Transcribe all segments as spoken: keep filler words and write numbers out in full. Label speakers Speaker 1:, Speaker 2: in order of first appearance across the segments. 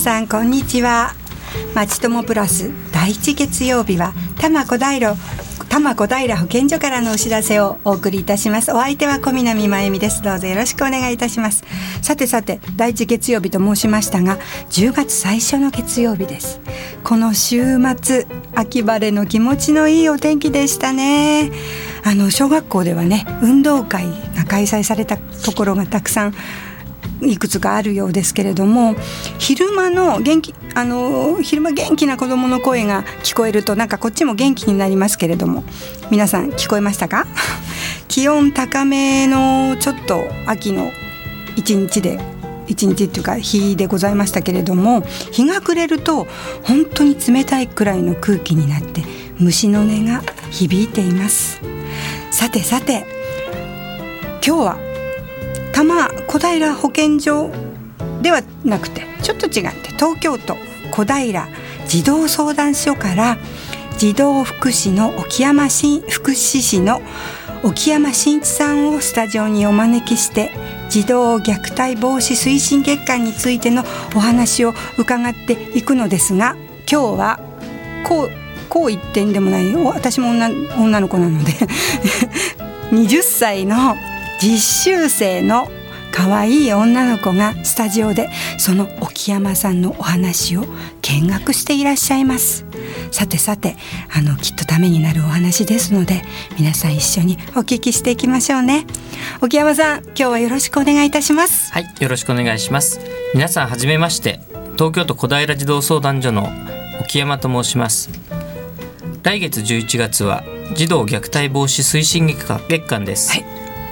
Speaker 1: さんこんにちは。まちともプラスだいいち月曜日は多摩小平多摩小平保健所からのお知らせをお送りいたします。お相手は小南真由美です。どうぞよろしくお願いいたします。さてさて、だいいち月曜日と申しましたが、じゅうがつ最初の月曜日です。この週末、秋晴れの気持ちのいいお天気でしたね。あの小学校ではね、運動会が開催されたところがたくさんいくつかあるようですけれども、昼間の元気あの昼間元気な子どもの声が聞こえると、なんかこっちも元気になりますけれども、皆さん聞こえましたか？気温高めのちょっと秋の一日で一日っていうか日でございましたけれども、日が暮れると本当に冷たいくらいの空気になって虫の音が響いています。さてさて、今日は多摩小平保健所ではなくて、ちょっと違って東京都小平児童相談所から児童福祉の沖山新福祉士の沖山真一さんをスタジオにお招きして、児童虐待防止推進月間についてのお話を伺っていくのですが、今日はこうこう一点でもないよ、私も 女, 女の子なのではたちの実習生の可愛い女の子がスタジオでその沖山さんのお話を見学していらっしゃいます。さてさて、あのきっとためになるお話ですので、皆さん一緒にお聞きしていきましょうね。沖山さん、今日はよろしくお願いいたします。
Speaker 2: はい、よろしくお願いします。皆さんはじめまして、東京都小平児童相談所の沖山と申します。来月じゅういちがつは児童虐待防止推進月間、月間です。はい、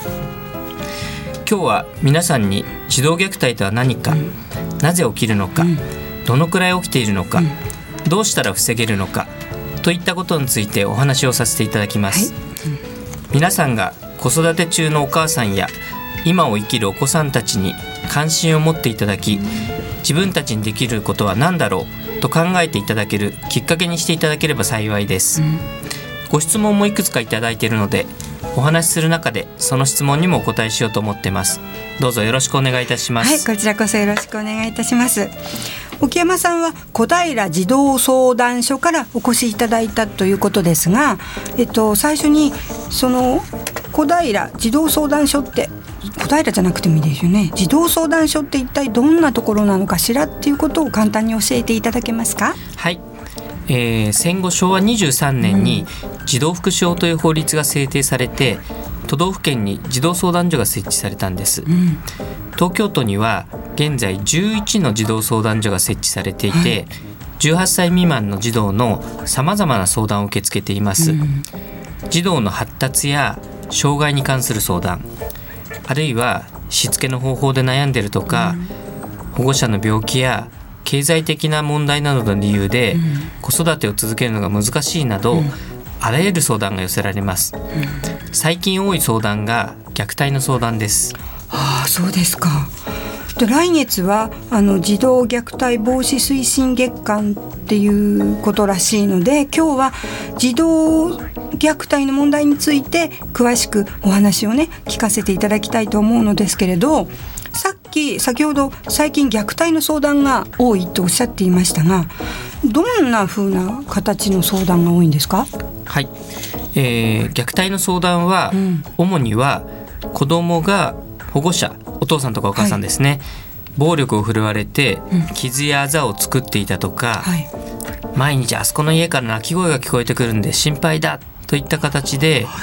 Speaker 2: 今日は皆さんに児童虐待とは何か、うん、なぜ起きるのか、うん、どのくらい起きているのか、うん、どうしたら防げるのかといったことについてお話をさせていただきます。はい、うん、皆さんが子育て中のお母さんや今を生きるお子さんたちに関心を持っていただき、自分たちにできることは何だろうと考えていただけるきっかけにしていただければ幸いです。うん、ご質問もいくつかいただいているので、お話しする中でその質問にもお答えしようと思ってます。どうぞよろしくお願いいたします。
Speaker 1: はい、こちらこそよろしくお願いいたします。沖山さんは小平児童相談所からお越しいただいたということですが、えっと、最初にその小平児童相談所って、小平じゃなくてもいいですよね、児童相談所って一体どんなところなのかしらっていうことを簡単に教えていただけますか？
Speaker 2: はい、えー、戦後しょうわにじゅうさんねんに児童福祉法という法律が制定されて、都道府県に児童相談所が設置されたんです。うん、東京都には現在じゅういちの児童相談所が設置されていて、はい、じゅうはっさい未満の児童のさまざまな相談を受け付けています。うん、児童の発達や障害に関する相談、あるいはしつけの方法で悩んでいるとか、うん、保護者の病気や経済的な問題などの理由で子育てを続けるのが難しいなど、うん、あらゆる相談が寄せられます。うん、最近多い相談が虐待の相談です。
Speaker 1: ああ、そうですか。来月はあの児童虐待防止推進月間っていうことらしいので、今日は児童虐待の問題について詳しくお話をね聞かせていただきたいと思うのですけれど、さっき先ほど最近虐待の相談が多いとおっしゃっていましたが、どんな風な形の相談が多いんですか？
Speaker 2: はい、えー、虐待の相談は、うん、主には子どもが保護者、お父さんとかお母さんですね、はい、暴力を振るわれて傷やあざを作っていたとか、はい、毎日あそこの家から泣き声が聞こえてくるんで心配だといった形で、はい、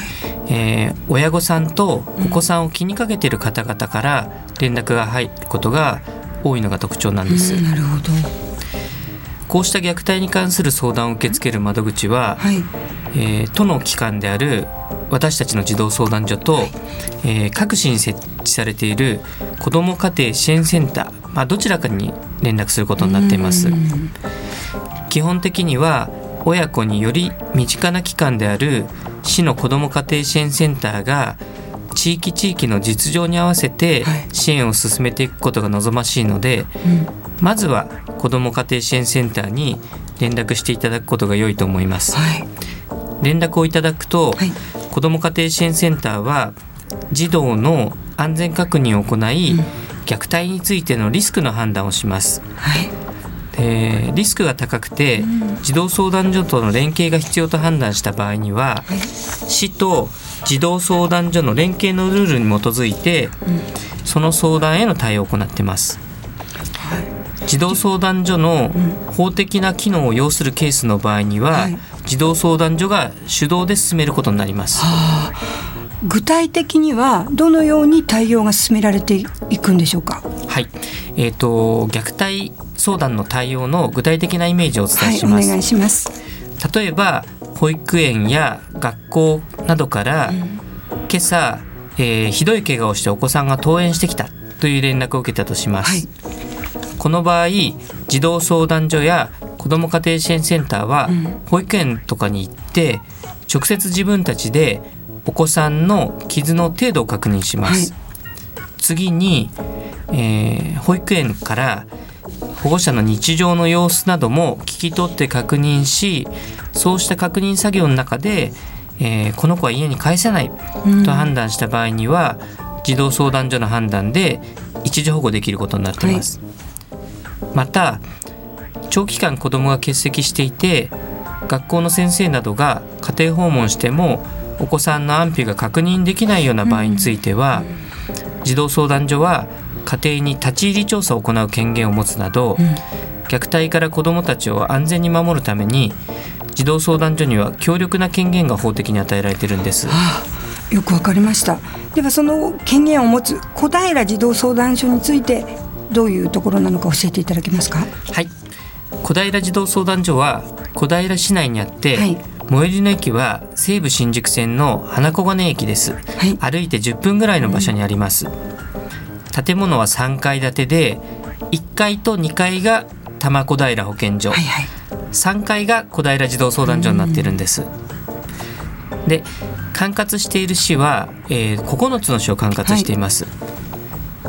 Speaker 2: えー、親御さんとお子さんを気にかけている方々から連絡が入ることが多いのが特徴なんです。
Speaker 1: うん、なるほど。
Speaker 2: こうした虐待に関する相談を受け付ける窓口は、はい、えー、都の機関である私たちの児童相談所と、はい、えー、各市に設置されている子ども家庭支援センター、まあ、どちらかに連絡することになっています。基本的には親子により身近な機関である市の子ども家庭支援センターが地域地域の実情に合わせて支援を進めていくことが望ましいので、はい、うん、まずは子ども家庭支援センターに連絡していただくことが良いと思います。はい、連絡をいただくと、はい、子ども家庭支援センターは児童の安全確認を行い、うん、虐待についてのリスクの判断をします。はい、 えー、リスクが高くて、うん、児童相談所との連携が必要と判断した場合には、はい、市と児童相談所の連携のルールに基づいて、うん、その相談への対応を行っています。はい、児童相談所の法的な機能を要するケースの場合には、はい、児童相談所が主導で進めることになります。
Speaker 1: はあ、具体的にはどのように対応が進められていくんでしょうか。
Speaker 2: はい、えーと、虐待相談の対応の具体的なイメージをお伝えします。
Speaker 1: はい、お願いします。
Speaker 2: 例えば保育園や学校などから、うん、今朝、えー、ひどい怪我をしてお子さんが登園してきたという連絡を受けたとします。はい、この場合、児童相談所や子ども家庭支援センターは、うん、保育園とかに行って直接自分たちでお子さんの傷の程度を確認します。はい、次に、えー、保育園から保護者の日常の様子なども聞き取って確認し、そうした確認作業の中で、えー、この子は家に帰せないと判断した場合には、うん、児童相談所の判断で一時保護できることになっています。はい、また長期間子どもが欠席していて学校の先生などが家庭訪問してもお子さんの安否が確認できないような場合については、うん、児童相談所は家庭に立ち入り調査を行う権限を持つなど、うん、虐待から子どもたちを安全に守るために児童相談所には強力な権限が法的に与えられているんです。
Speaker 1: はあ、よくわかりました。ではその権限を持つ小平児童相談所についてどういうところなのか教えていただけますか。
Speaker 2: はい、小平児童相談所は小平市内にあって、はい、最寄りの駅は西武新宿線の花小金駅です。はい、歩いてじゅっぷんぐらいの場所にあります。うん、建物はさんかい建てでいっかいとにかいが多摩小平保健所、はいはい、さんかいが小平児童相談所になっているんです。で、管轄している市は、えー、ここのつの市を管轄しています。はい、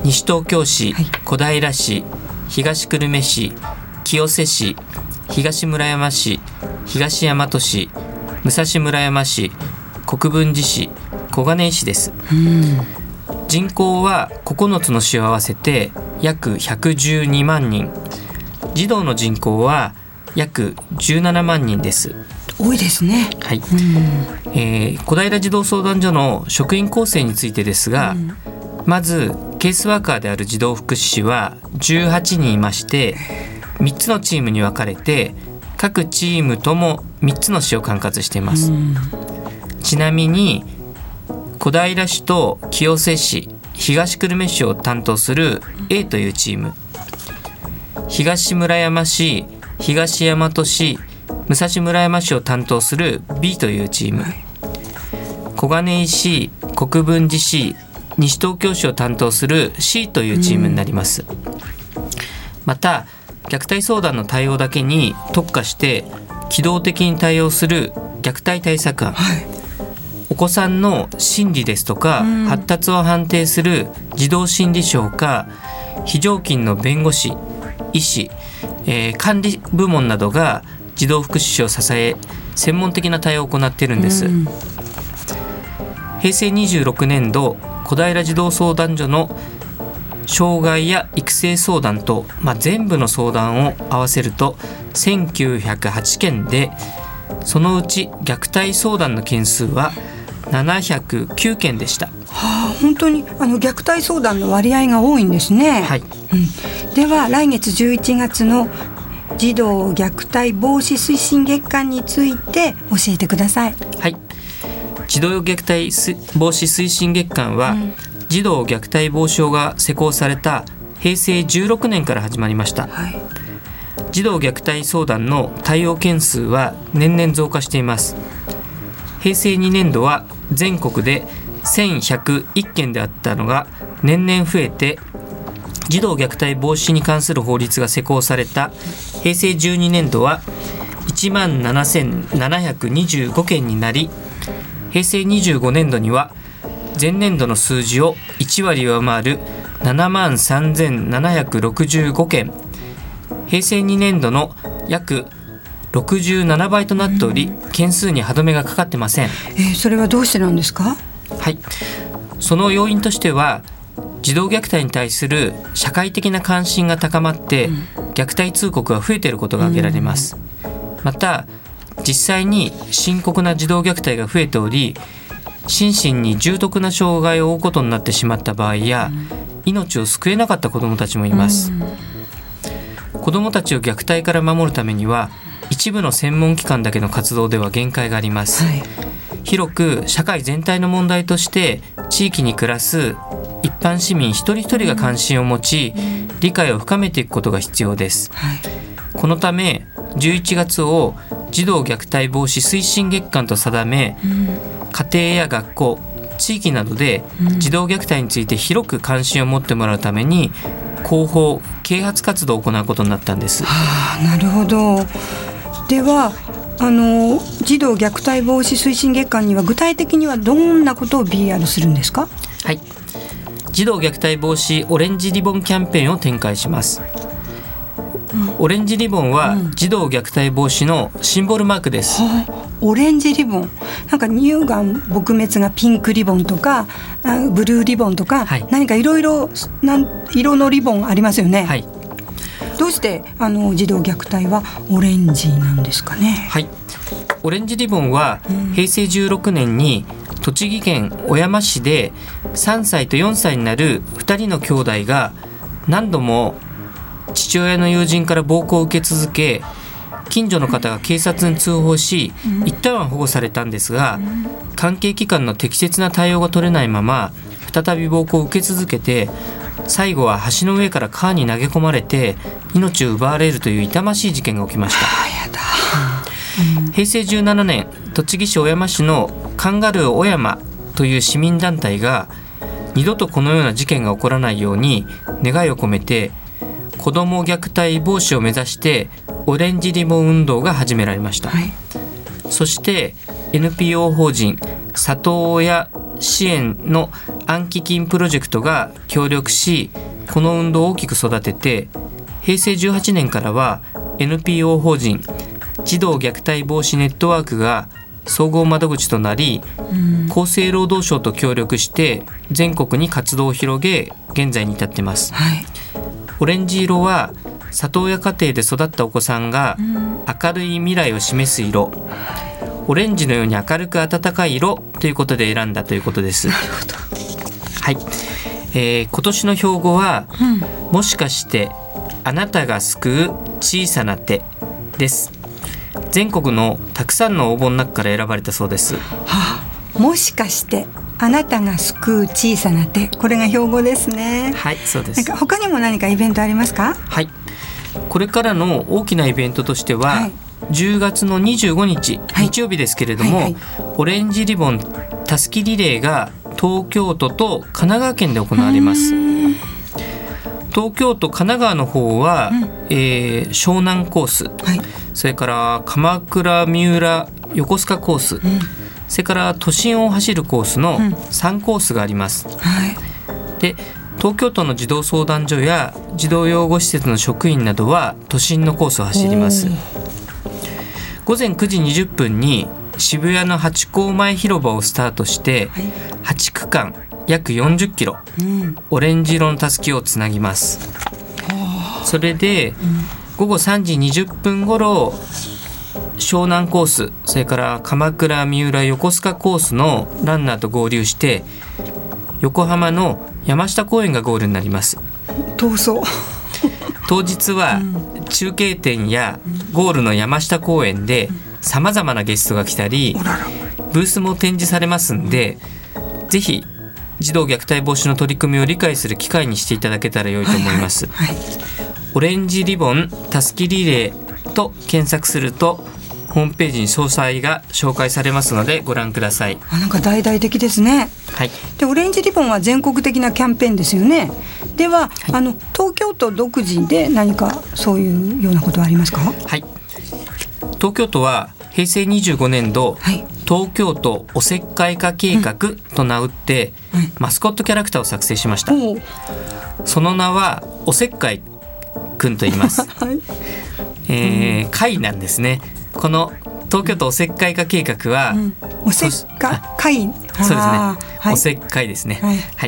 Speaker 2: 西東京市、はい、小平市、東久留米市、清瀬市、東村山市、東大和市、武蔵村山市、国分寺市、小金井市です。うん、人口はここのつの市を合わせて約ひゃくじゅうにまんにん、児童の人口は約じゅうななまんにんです。
Speaker 1: 多いですね。
Speaker 2: はい。うん、えー、小平児童相談所の職員構成についてですが、うん、まずケースワーカーである児童福祉士はじゅうはちにんいまして、みっつのチームに分かれて各チームともみっつの市を管轄しています。うん、ちなみに小平市と清瀬市、東久留米市を担当する A というチーム、東村山市、東大和市、武蔵村山市を担当する B というチーム、小金井市、国分寺市、西東京市を担当する C というチームになります。うん、また虐待相談の対応だけに特化して機動的に対応する虐待対策班、はい、お子さんの心理ですとか、うん、発達を判定する児童心理師ほか、非常勤の弁護士、医師、えー、管理部門などが児童福祉士を支え専門的な対応を行っているんです。うん、へいせいにじゅうろくねんど小平児童相談所の障害や育成相談と、まあ、全部の相談を合わせるとせんきゅうひゃくはちけんで、そのうち虐待相談の件数はななひゃくきゅうけんでした。
Speaker 1: はあ、本当にあの虐待相談の割合が多いんですね。
Speaker 2: はい。
Speaker 1: うん、では来月じゅういちがつの児童虐待防止推進月間について教えてください。
Speaker 2: はい。児童虐待防止推進月間は、うん、児童虐待防止法が施行されたへいせいじゅうろくねんから始まりました。はい、児童虐待相談の対応件数は年々増加しています。へいせいにねんどは全国でせんひゃくいっけんであったのが年々増えて、児童虐待防止に関する法律が施行されたへいせいじゅうにねんどはいちまんななせんななひゃくにじゅうごけんになり、へいせいにじゅうごねんどには前年度の数字をいちわり上回るななまんさんぜんななひゃくろくじゅうごけん、へいせいにねんどの約ろくじゅうななばいとなっており、件数に歯止めがかかってません。
Speaker 1: えー、それはどうしてなんですか？
Speaker 2: はい、その要因としては、児児童虐待に対する社会的な関心が高まって、うん、虐待通告が増えていることが挙げられます、うん、また実際に深刻な児童虐待が増えており、心身に重篤な障害を負うことになってしまった場合や、うん、命を救えなかった子どもたちもいます、うん、子どもたちを虐待から守るためには一部の専門機関だけの活動では限界があります、はい、広く社会全体の問題として地域に暮らす一般市民一人一人が関心を持ち、うん、理解を深めていくことが必要です、はい、このためじゅういちがつを児童虐待防止推進月間と定め、うん、家庭や学校、地域などで児童虐待について広く関心を持ってもらうために広報・啓発活動を行うことになったんです。
Speaker 1: はあ、なるほど。ではあの児童虐待防止推進月間には具体的にはどんなことを ビーアール するんですか？
Speaker 2: はい、児童虐待防止オレンジリボンキャンペーンを展開します、うん、オレンジリボンは児童虐待防止のシンボルマークです、
Speaker 1: うんはあ、オレンジリボン、なんか乳がん撲滅がピンクリボンとかブルーリボンとか、はい、何かいろいろ色のリボンありますよね、はい、どうしてあの児童虐待はオレンジなんですかね？
Speaker 2: はい、オレンジリボンはへいせいじゅうろくねんに栃木県小山市でさんさいとよんさいになるふたりの兄弟が何度も父親の友人から暴行を受け続け、近所の方が警察に通報し、一旦は保護されたんですが、関係機関の適切な対応が取れないまま再び暴行を受け続けて、最後は橋の上から川に投げ込まれて命を奪われるという痛ましい事件が起きました。
Speaker 1: やだ、
Speaker 2: うん、へいせいじゅうななねん、栃木市小山市のカンガルー小山という市民団体が二度とこのような事件が起こらないように願いを込めて子ども虐待防止を目指してオレンジリボン運動が始められました、はい、そして エヌピーオー 法人里親支援の暗記金プロジェクトが協力し、この運動を大きく育てて、へいせいじゅうはちねんからは エヌピーオー 法人児童虐待防止ネットワークが総合窓口となり、厚生労働省と協力して全国に活動を広げ、現在に至っています、はい、オレンジ色は里親家庭で育ったお子さんが明るい未来を示す色、オレンジのように明るく温かい色ということで選んだということです。
Speaker 1: なるほど、
Speaker 2: はい、えー、今年の標語は、うん、もしかしてあなたが救う小さな手です。全国のたくさんの応募の中から選ばれたそうです、は
Speaker 1: あ、もしかしてあなたが救う小さな手、これが標語ですね。
Speaker 2: はい、そうです。
Speaker 1: なんか他にも何かイベントありますか？
Speaker 2: はい、これからの大きなイベントとしては、はい、じゅうがつのにじゅうごにち、はい、日曜日ですけれども、はいはい、オレンジリボンたすきリレーが東京都と神奈川県で行われます。東京都神奈川の方は、うんえー、湘南コース、はい、それから鎌倉三浦横須賀コース、うん、それから都心を走るコースのさんコースがあります、うんはい、で東京都の児童相談所や児童養護施設の職員などは都心のコースを走ります。ごぜんくじにじゅっぷんに渋谷のハチ公前広場をスタートして、はい、はちくかん約よんじゅっキロ、うん、オレンジ色のたすきをつなぎます。それで、うん、ごごさんじにじゅっぷん頃湘南コース、それから鎌倉三浦横須賀コースのランナーと合流して横浜の山下公園がゴールになります。
Speaker 1: 遠そう
Speaker 2: 当日は中継点やゴールの山下公園でさまざまなゲストが来たりブースも展示されますんで、ぜひ児童虐待防止の取り組みを理解する機会にしていただけたら良いと思います、はいはいはい、オレンジリボンたすきリレーと検索するとホームページに詳細が紹介されますのでご覧ください。
Speaker 1: あ、なんか大々的ですね、はい、でオレンジリボンは全国的なキャンペーンですよね。では、はい、あの東京都独自で何かそういうようなことはありますか？
Speaker 2: はい、東京都はへいせいにじゅうごねんど、はい、東京都おせっかい化計画と名打って、うん、マスコットキャラクターを作成しました、うん、その名はおせっかいくんと言います、はいえー、会なんですね。この東京都おせっかい化計画は、うん、
Speaker 1: おせっか会
Speaker 2: そうですね、はい、おせっかいですね、はいはい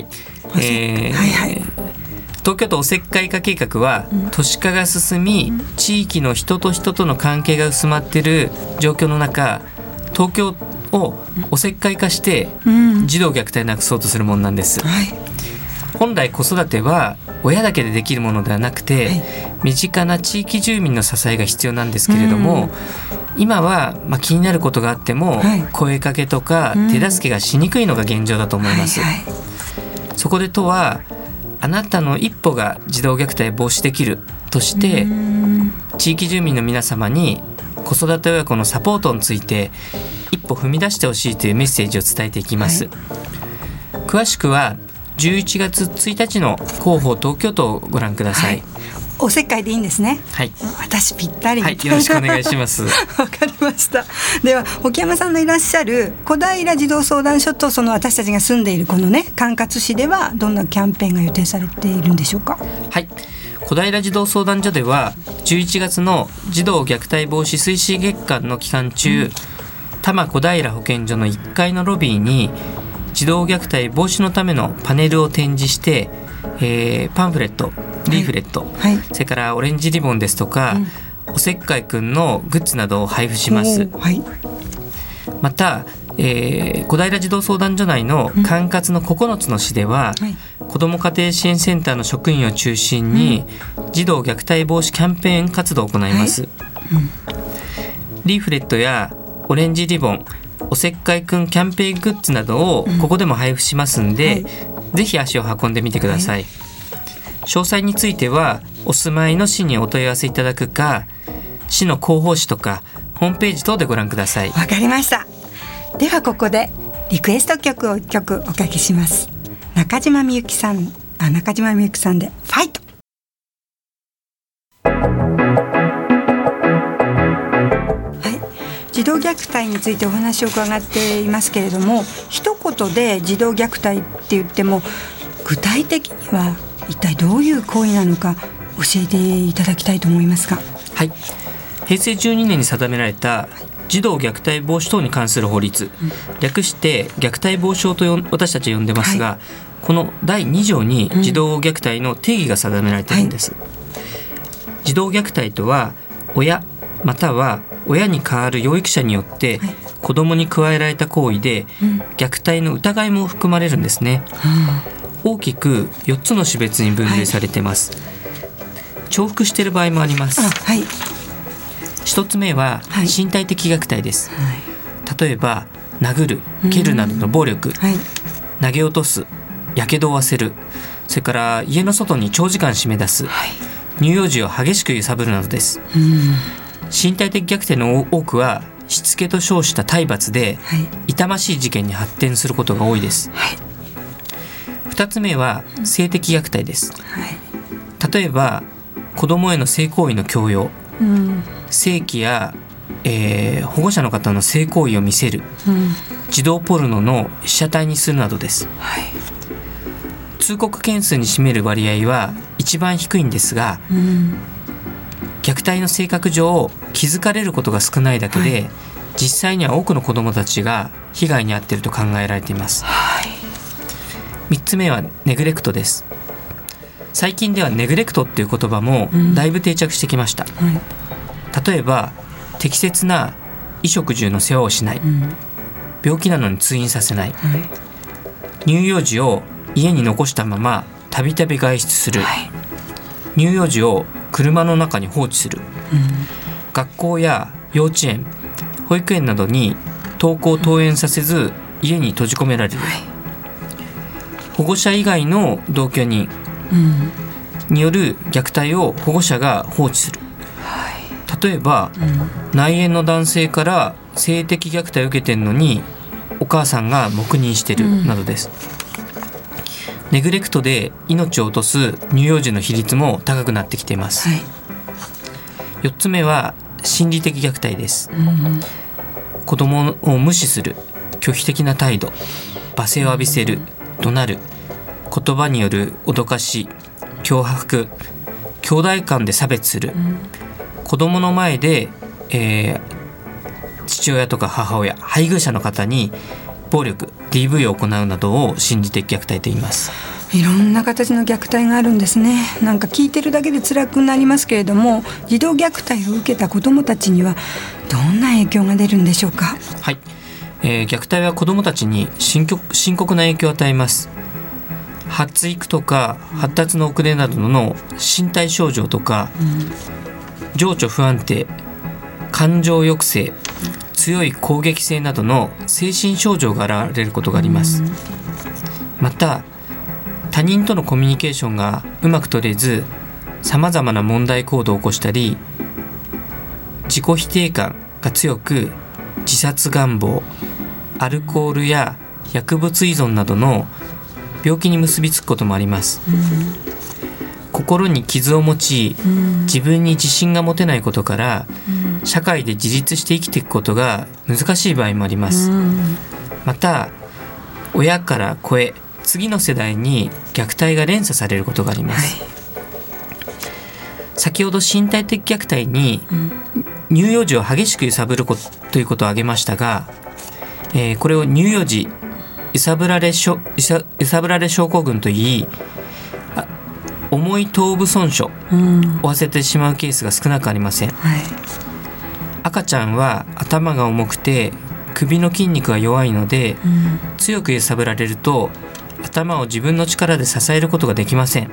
Speaker 2: えーはいはい、東京都おせっかい化計画は、うん、都市化が進み、うん、地域の人と人との関係が薄まっている状況の中、東京をおせっかい化して児童虐待をなくそうとするものなんです、はい、本来子育ては親だけでできるものではなくて、はい、身近な地域住民の支えが必要なんですけれども、うん、今は、まあ、気になることがあっても、はい、声かけとか手助けがしにくいのが現状だと思います、はいはい、そこで都はあなたの一歩が児童虐待を防止できるとして、地域住民の皆様に子育て親子のサポートについて一歩踏み出してほしいというメッセージを伝えていきます、はい、詳しくはじゅういちがつついたちの広報東京都をご覧ください、はい、
Speaker 1: おせっかいでいいんですね。
Speaker 2: はい、
Speaker 1: 私ぴったり、
Speaker 2: はい、よろしくお願いします
Speaker 1: わかりました。では沖山さんのいらっしゃる小平児童相談所とその私たちが住んでいるこのね管轄市ではどんなキャンペーンが予定されているんでしょうか。
Speaker 2: はい、小平児童相談所ではじゅういちがつの児童虐待防止推進月間の期間中、うん、多摩小平保健所のいっかいのロビーに児童虐待防止のためのパネルを展示して、えー、パンフレット、リーフレット、はいはい、それからオレンジリボンですとか、うん、おせっかいくんのグッズなどを配布します、はい、また、えー、小平児童相談所内の管轄のここのつの市では、うんはい、子ども家庭支援センターの職員を中心に、うん、児童虐待防止キャンペーン活動を行います、はいうん、リーフレットやオレンジリボン、おせっかいくんキャンペーングッズなどをここでも配布しますんで、うんはい、ぜひ足を運んでみてください、はい、詳細についてはお住まいの市にお問い合わせいただくか、市の広報誌とかホームページ等でご覧ください。
Speaker 1: わかりました。ではここでリクエスト曲をいっきょくおかけします。中島みゆきさん、あ中島みゆきさんでファイト。児童虐待についてお話を伺っていますけれども、一言で児童虐待って言っても具体的には一体どういう行為なのか教えていただきたいと思いますが。
Speaker 2: はい、へいせいじゅうにねんに定められた児童虐待防止等に関する法律、うん、略して虐待防止法と私たちは呼んでますが、はい、このだいにじょうに児童虐待の定義が定められているんです、うんはい、児童虐待とは親または親に代わる養育者によって子どもに加えられた行為で虐待の疑いも含まれるんですね、うん、大きくよっつの種別に分類されています、はい、重複している場合もあります。はい、ひとつめは身体的虐待です、はい、例えば殴る、蹴るなどの暴力、はい、投げ落とす、やけどを負わせる、それから家の外に長時間締め出す、はい、乳幼児を激しく揺さぶるなどです、うん、身体的虐待の多くはしつけと称した体罰で、はい、痛ましい事件に発展することが多いです、はい、ふたつめは性的虐待です、はい、例えば子どもへの性行為の強要、うん、性器や、えー、保護者の方の性行為を見せる、うん、児童ポルノの被写体にするなどです、はい、通告件数に占める割合は一番低いんですが、うん、虐待の性格上気づかれることが少ないだけで、はい、実際には多くの子どもたちが被害に遭っていると考えられています、はい、みっつめはネグレクトです。最近ではネグレクトっていう言葉もだいぶ定着してきました、うんはい、例えば適切な衣食住の世話をしない、うん、病気なのに通院させない、はい、乳幼児を家に残したままたびたび外出する、はい、乳幼児を車の中に放置する、うん、学校や幼稚園、保育園などに登校登園させず家に閉じ込められる、はい、保護者以外の同居人による虐待を保護者が放置する、はい、例えば、うん、内縁の男性から性的虐待を受けているのにお母さんが黙認しているなどです、うん、ネグレクトで命を落とす乳幼児の比率も高くなってきています、はい、よっつめは心理的虐待です、うん、子供を無視する、拒否的な態度、罵声を浴びせる、怒鳴る、言葉による脅かし、脅迫、兄弟間で差別する、うん、子供の前で、えー、父親とか母親、配偶者の方に暴力 ディーブイ を行うなどを心理的虐待と言います。
Speaker 1: いろんな形の虐待があるんですね。なんか聞いてるだけで辛くなりますけれども、児童虐待を受けた子どもたちにはどんな影響が出るんでしょうか。
Speaker 2: はい、えー、虐待は子どもたちに深刻、深刻な影響を与えます。発育とか発達の遅れなどの身体症状とか、うん、情緒不安定、感情抑制、強い攻撃性などの精神症状が現れることがあります。うん、また他人とのコミュニケーションがうまく取れず、さまざまな問題行動を起こしたり、自己否定感が強く自殺願望、アルコールや薬物依存などの病気に結びつくこともあります。うん、心に傷を持ち、うん、自分に自信が持てないことから、うん、社会で自立して生きていくことが難しい場合もあります。うん、また親から子へ、次の世代に虐待が連鎖されることがあります。はい、先ほど身体的虐待に乳幼児を激しく揺さぶることということを挙げましたが、えー、これを乳幼児揺さぶられしょ揺さ、揺さぶられ症候群といい、重い頭部損傷を負わせてしまうケースが少なくありません。はい、赤ちゃんは頭が重くて首の筋肉が弱いので、うん、強く揺さぶられると頭を自分の力で支えることができません。うん、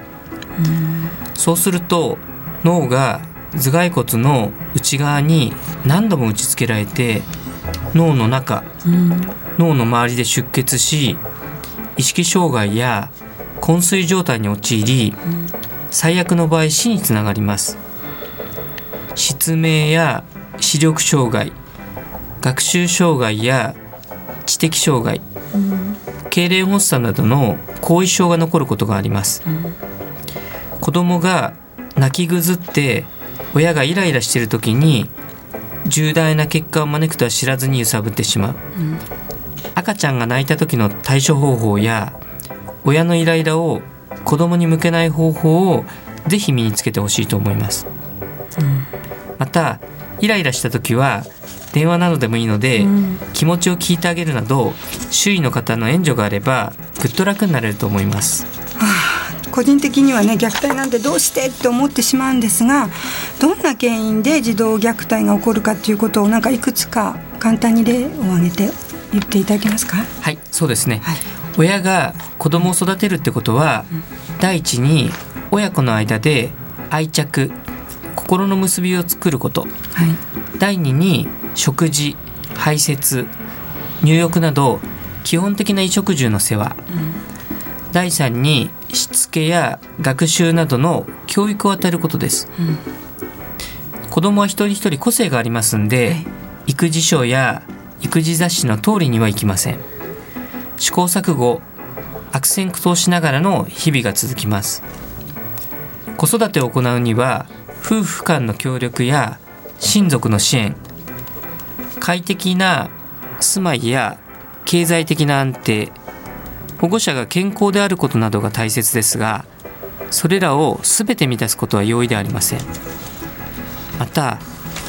Speaker 2: そうすると脳が頭蓋骨の内側に何度も打ち付けられて、脳の中、うん、脳の周りで出血し、意識障害や昏睡状態に陥り、うん、最悪の場合死につながります。失明や視力障害、学習障害や知的障害、うん、痙攣発作などの後遺症が残ることがあります。うん、子供が泣きぐずって親がイライラしている時に重大な結果を招くとは知らずに揺さぶってしまう。うん、赤ちゃんが泣いた時の対処方法や親のイライラを子供に向けない方法をぜひ身につけてほしいと思います。うん、またイライラした時は電話などでもいいので、うん、気持ちを聞いてあげるなど周囲の方の援助があればぐっと楽になれると思います。
Speaker 1: はあ、個人的にはね、虐待なんてどうしてって思ってしまうんですが、どんな原因で児童虐待が起こるかということをなんかいくつか簡単に例を挙げて言っていただけますか。
Speaker 2: はい、そうですね。はい、親が子供を育てるってことは、うん、第一に親子の間で愛着、心の結びを作ること、はい、第二に食事、排泄、入浴など基本的な衣食住の世話、うん、第三にしつけや学習などの教育を与えることです。うん、子供は一人一人個性がありますんで、はい、育児書や育児雑誌の通りにはいきません。試行錯誤、悪戦苦闘しながらの日々が続きます。子育てを行うには夫婦間の協力や親族の支援、快適な住まいや経済的な安定、保護者が健康であることなどが大切ですが、それらを全て満たすことは容易ではありません。また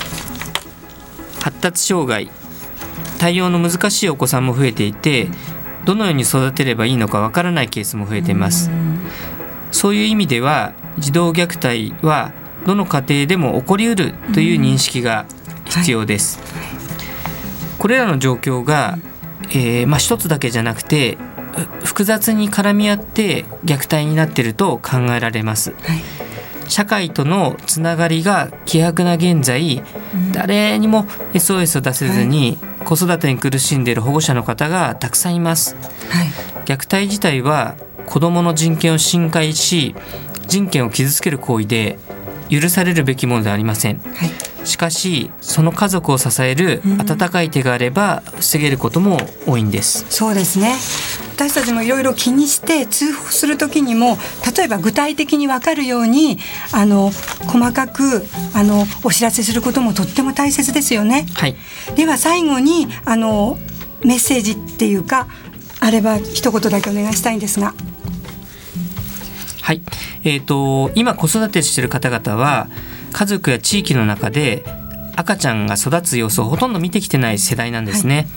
Speaker 2: 発達障害、対応の難しいお子さんも増えていて、どのように育てればいいのかわからないケースも増えています。そういう意味では児童虐待はどの家庭でも起こりうるという認識が必要です。はい、これらの状況が、えーまあ、一つだけじゃなくて複雑に絡み合って虐待になっていると考えられます。はい、社会とのつながりが希薄な現在、うん、誰にも エスオーエス を出せずに、はい、子育てに苦しんでいる保護者の方がたくさんいます。はい、虐待自体は子どもの人権を侵害し人権を傷つける行為で許されるべきものではありません。はい、しかしその家族を支える温かい手があれば防げることも多いんです。
Speaker 1: うん、そうですね。私たちもいろいろ気にして通報するときにも、例えば具体的に分かるようにあの細かくあのお知らせすることもとっても大切ですよね。はい、では最後にあのメッセージっていうかあれば一言だけお願いしたいんですが。
Speaker 2: はい、えーと、今子育てしている方々は家族や地域の中で赤ちゃんが育つ様子をほとんど見てきてない世代なんですね。はい、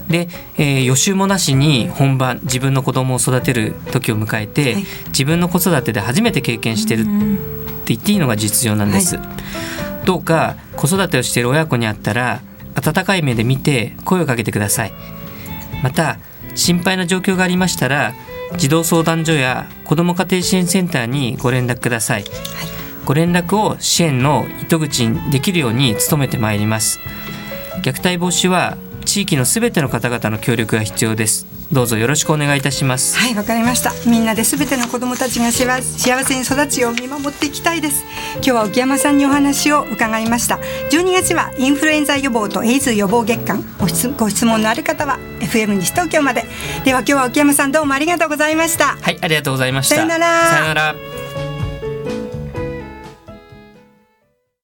Speaker 2: で、えー、予習もなしに本番自分の子供を育てる時を迎えて、はい、自分の子育てで初めて経験してるって言っていいのが実情なんです、はい、どうか子育てをしている親子に会ったら温かい目で見て声をかけてください。また心配な状況がありましたら児童相談所や子ども家庭支援センターにご連絡ください、はい、ご連絡を支援の糸口にできるように努めてまいります。虐待防止は地域のすべての方々の協力が必要です。どうぞよろしくお願いいたします。
Speaker 1: はい、わかりました。みんなですべての子どもたちが幸せに育つよう見守っていきたいです。今日は沖山さんにお話を伺いました。じゅうにがつはインフルエンザ予防とエイズ予防月間。ご質、ご質問のある方は エフエム 西東京まで。では今日は沖山さんどうもありがとうございました。
Speaker 2: はい、ありがとうございました。
Speaker 1: さよなら。
Speaker 2: さよなら。